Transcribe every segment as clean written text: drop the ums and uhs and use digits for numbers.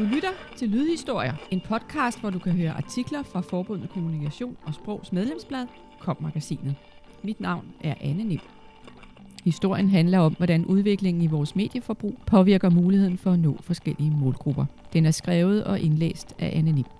Du lytter til Lydhistorier, en podcast, hvor du kan høre artikler fra Forbundet Kommunikation og Sprogs medlemsblad, KOM-magasinet. Mit navn er Anne Nim. Historien handler om, hvordan udviklingen i vores medieforbrug påvirker muligheden for at nå forskellige målgrupper. Den er skrevet og indlæst af Anne Nim.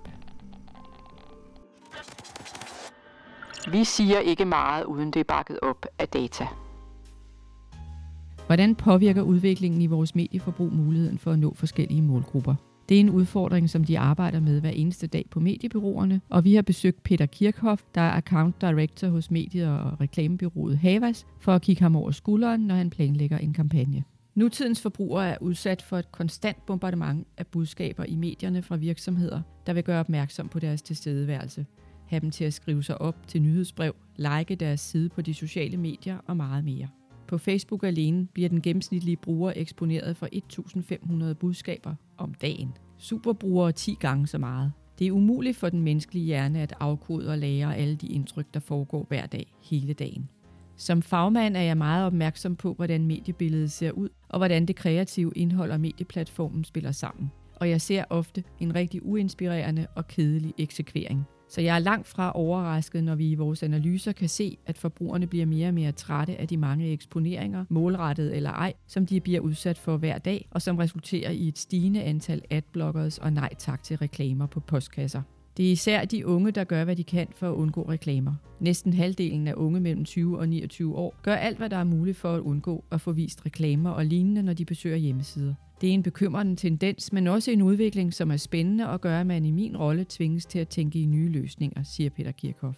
Vi siger ikke meget, uden det er bakket op af data. Hvordan påvirker udviklingen i vores medieforbrug muligheden for at nå forskellige målgrupper? Det er en udfordring, som de arbejder med hver eneste dag på mediebureauerne, og vi har besøgt Peter Kirchhoff, der er account director hos medie- og reklamebureauet Havas, for at kigge ham over skulderen, når han planlægger en kampagne. Nutidens forbrugere er udsat for et konstant bombardement af budskaber i medierne fra virksomheder, der vil gøre opmærksom på deres tilstedeværelse, have dem til at skrive sig op til nyhedsbrev, like deres side på de sociale medier og meget mere. På Facebook alene bliver den gennemsnitlige bruger eksponeret for 1.500 budskaber om dagen. Superbrugere 10 gange så meget. Det er umuligt for den menneskelige hjerne at afkode og lagre alle de indtryk, der foregår hver dag, hele dagen. Som fagmand er jeg meget opmærksom på, hvordan mediebilledet ser ud, og hvordan det kreative indhold og medieplatformen spiller sammen. Og jeg ser ofte en rigtig uinspirerende og kedelig eksekvering. Så jeg er langt fra overrasket, når vi i vores analyser kan se, at forbrugerne bliver mere og mere trætte af de mange eksponeringer, målrettet eller ej, som de bliver udsat for hver dag, og som resulterer i et stigende antal adblockers og nej tak til reklamer på postkasser. Det er især de unge, der gør, hvad de kan for at undgå reklamer. Næsten halvdelen af unge mellem 20 og 29 år gør alt, hvad der er muligt for at undgå at få vist reklamer og lignende, når de besøger hjemmesider. Det er en bekymrende tendens, men også en udvikling, som er spændende og gør, at man i min rolle tvinges til at tænke i nye løsninger, siger Peter Kirchhoff.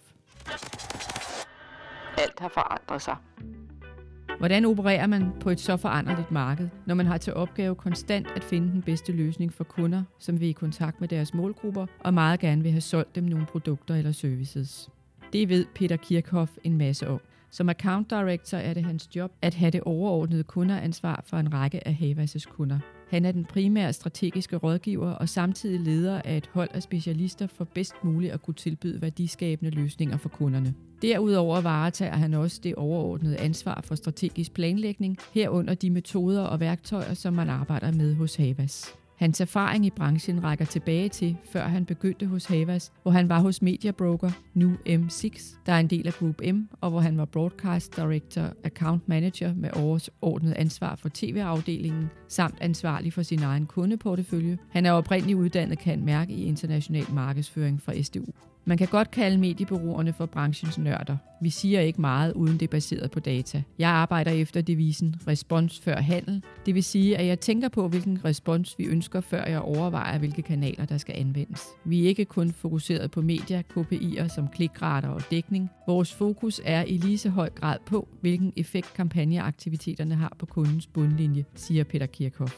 Alt har forandret sig. Hvordan opererer man på et så foranderligt marked, når man har til opgave konstant at finde den bedste løsning for kunder, som vil i kontakt med deres målgrupper og meget gerne vil have solgt dem nogle produkter eller services? Det ved Peter Kirchhoff en masse om. Som account director er det hans job at have det overordnede kunderansvar for en række af Havas' kunder. Han er den primære strategiske rådgiver og samtidig leder af et hold af specialister for bedst muligt at kunne tilbyde værdiskabende løsninger for kunderne. Derudover varetager han også det overordnede ansvar for strategisk planlægning, herunder de metoder og værktøjer, som man arbejder med hos Havas. Hans erfaring i branchen rækker tilbage til, før han begyndte hos Havas, hvor han var hos Mediabroker, nu M6, der er en del af Group M, og hvor han var Broadcast Director, Account Manager med overordnet ansvar for TV-afdelingen, samt ansvarlig for sin egen kundeportefølje. Han er oprindeligt uddannet kan mærke i international markedsføring fra SDU. Man kan godt kalde mediebureauerne for branchens nørder. Vi siger ikke meget, uden det er baseret på data. Jeg arbejder efter devisen respons før handel. Det vil sige, at jeg tænker på, hvilken respons vi ønsker, før jeg overvejer, hvilke kanaler, der skal anvendes. Vi er ikke kun fokuseret på medier, KPI'er som klikrater og dækning. Vores fokus er i lige så høj grad på, hvilken effekt kampagneaktiviteterne har på kundens bundlinje, siger Peter Kirchhoff.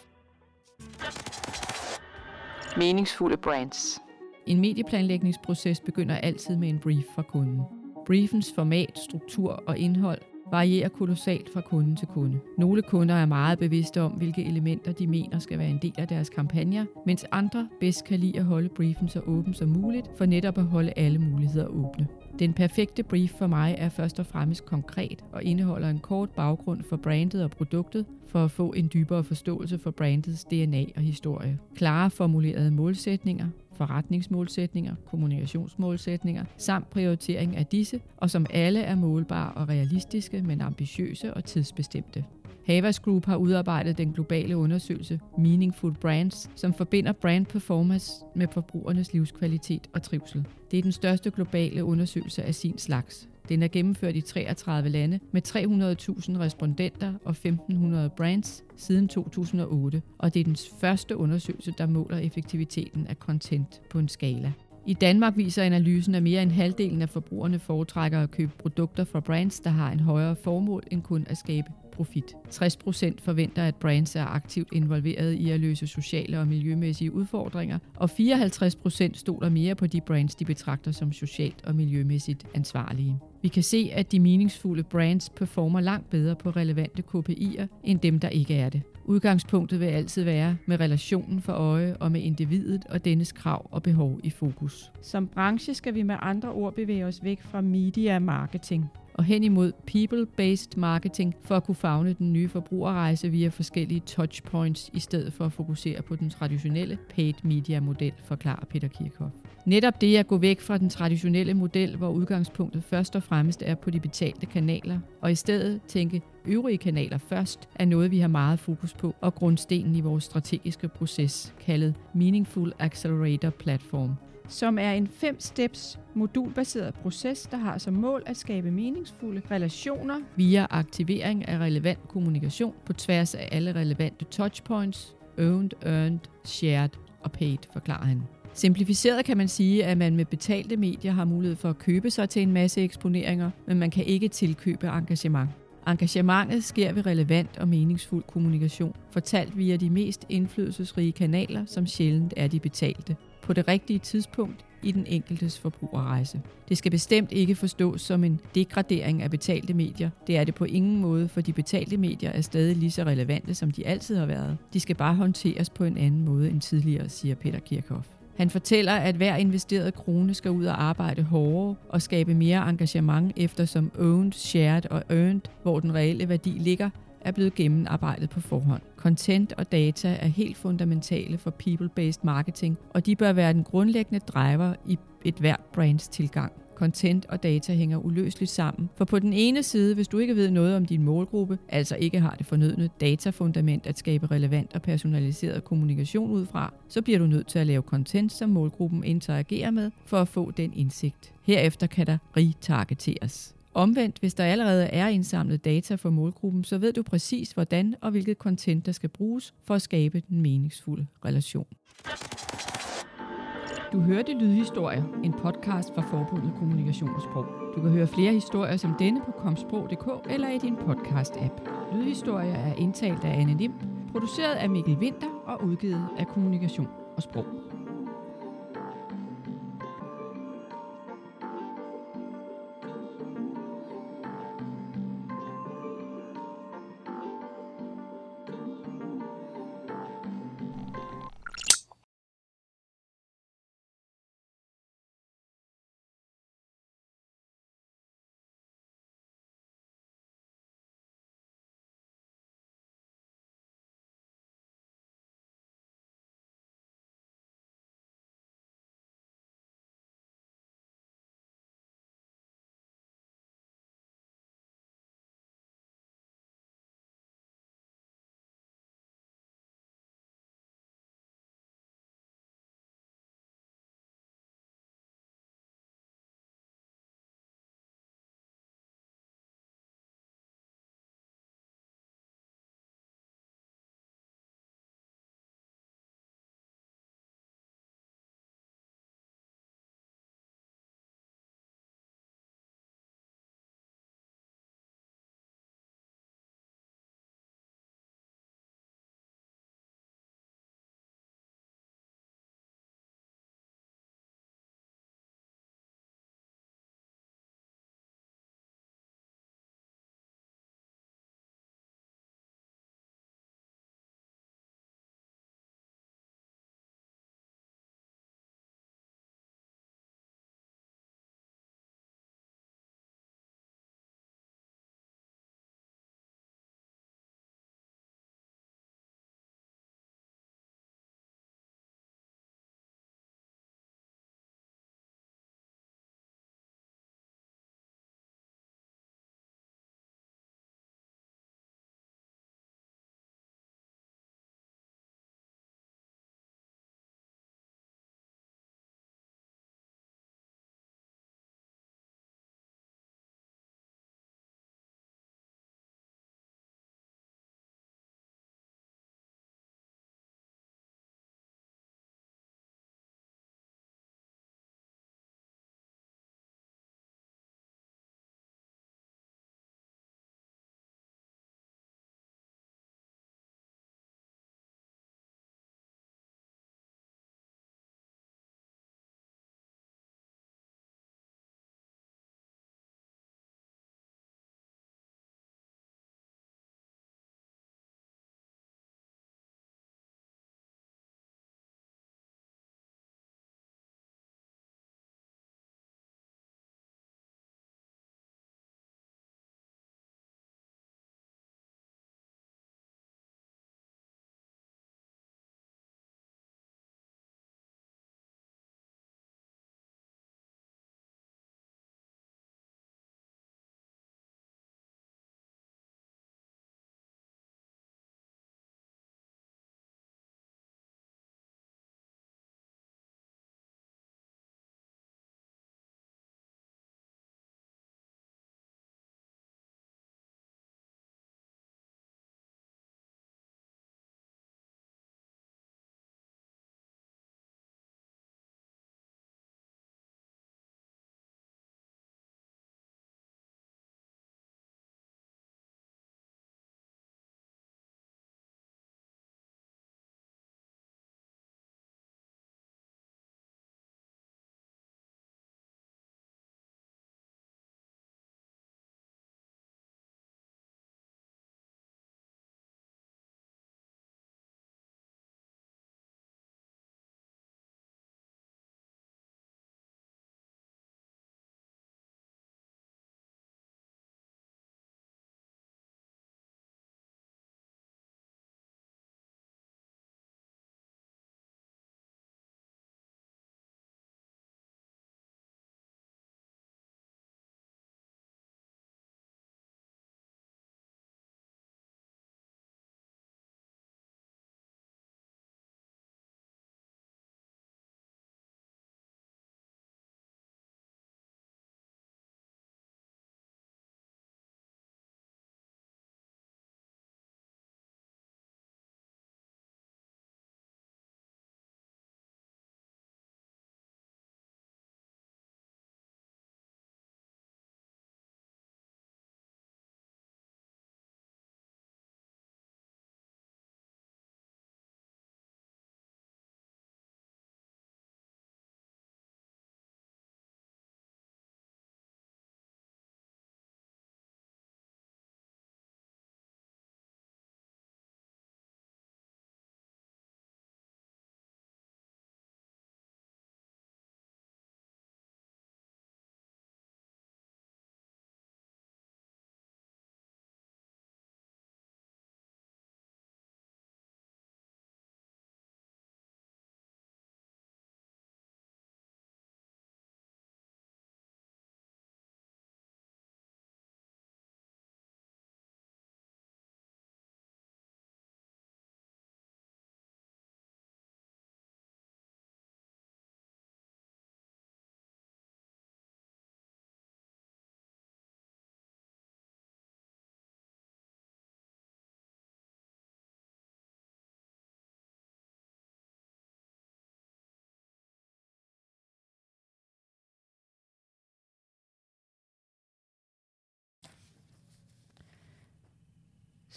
Meningsfulde brands. En medieplanlægningsproces begynder altid med en brief fra kunden. Briefens format, struktur og indhold varierer kolossalt fra kunde til kunde. Nogle kunder er meget bevidste om, hvilke elementer de mener skal være en del af deres kampagner, mens andre bedst kan lide at holde briefen så åben som muligt, for netop at holde alle muligheder åbne. Den perfekte brief for mig er først og fremmest konkret og indeholder en kort baggrund for brandet og produktet, for at få en dybere forståelse for brandets DNA og historie. Klare formulerede målsætninger, forretningsmålsætninger, kommunikationsmålsætninger samt prioritering af disse, og som alle er målbare og realistiske, men ambitiøse og tidsbestemte. Havas Group har udarbejdet den globale undersøgelse Meaningful Brands, som forbinder brand performance med forbrugernes livskvalitet og trivsel. Det er den største globale undersøgelse af sin slags. Den er gennemført i 33 lande med 300.000 respondenter og 1.500 brands siden 2008, og det er den første undersøgelse, der måler effektiviteten af content på en skala. I Danmark viser analysen, at mere end halvdelen af forbrugerne foretrækker at købe produkter fra brands, der har en højere formål end kun at skabe profit. 60% forventer, at brands er aktivt involveret i at løse sociale og miljømæssige udfordringer, og 54% stoler mere på de brands, de betragter som socialt og miljømæssigt ansvarlige. Vi kan se, at de meningsfulde brands performer langt bedre på relevante KPI'er, end dem, der ikke er det. Udgangspunktet vil altid være med relationen for øje og med individet og dennes krav og behov i fokus. Som branche skal vi med andre ord bevæge os væk fra media marketing og hen imod people-based marketing for at kunne favne den nye forbrugerrejse via forskellige touchpoints i stedet for at fokusere på den traditionelle paid media model, forklarer Peter Kirchhoff. Netop det at gå væk fra den traditionelle model, hvor udgangspunktet først og fremmest er på de betalte kanaler, og i stedet tænke øvrige kanaler først, er noget, vi har meget fokus på, og grundstenen i vores strategiske proces, kaldet Meaningful Accelerator Platform, som er en 5-steps modulbaseret proces, der har som mål at skabe meningsfulde relationer via aktivering af relevant kommunikation på tværs af alle relevante touchpoints, owned, earned, shared og paid, forklarer han. Simplificeret kan man sige, at man med betalte medier har mulighed for at købe sig til en masse eksponeringer, men man kan ikke tilkøbe engagement. Engagementet sker ved relevant og meningsfuld kommunikation, fortalt via de mest indflydelsesrige kanaler, som sjældent er de betalte, på det rigtige tidspunkt i den enkeltes forbrugerrejse. Det skal bestemt ikke forstås som en degradering af betalte medier. Det er det på ingen måde, for de betalte medier er stadig lige så relevante, som de altid har været. De skal bare håndteres på en anden måde end tidligere, siger Peter Kirchhoff. Han fortæller, at hver investeret krone skal ud og arbejde hårdere og skabe mere engagement, eftersom owned, shared og earned, hvor den reelle værdi ligger, er blevet gennemarbejdet på forhånd. Content og data er helt fundamentale for people-based marketing, og de bør være den grundlæggende driver i et hvert brands tilgang. Content og data hænger uløseligt sammen, for på den ene side, hvis du ikke ved noget om din målgruppe, altså ikke har det fornødne datafundament at skabe relevant og personaliseret kommunikation ud fra, så bliver du nødt til at lave content, som målgruppen interagerer med, for at få den indsigt. Herefter kan der retargeteres. Omvendt, hvis der allerede er indsamlet data for målgruppen, så ved du præcis, hvordan og hvilket content, der skal bruges for at skabe den meningsfulde relation. Du hørte Lydhistorier, en podcast fra Forbundet Kommunikation og Sprog. Du kan høre flere historier som denne på komsprog.dk eller i din podcast-app. Lydhistorier er indtalt af Anne Lim, produceret af Mikkel Winther og udgivet af Kommunikation og Sprog.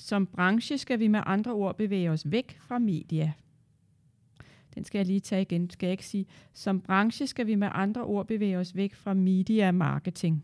Som branche skal vi med andre ord bevæge os væk fra media. Den skal jeg lige tage igen, skal jeg ikke sige. Som branche skal vi med andre ord bevæge os væk fra media marketing.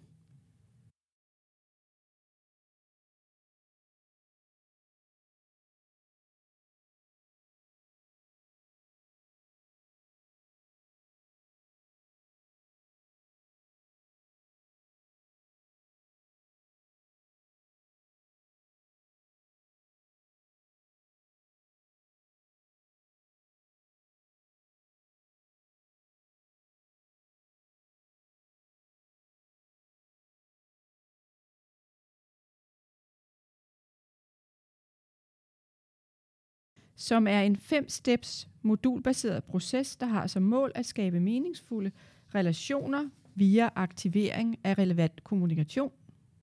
Som er en 5-steps modulbaseret proces, der har som mål at skabe meningsfulde relationer via aktivering af relevant kommunikation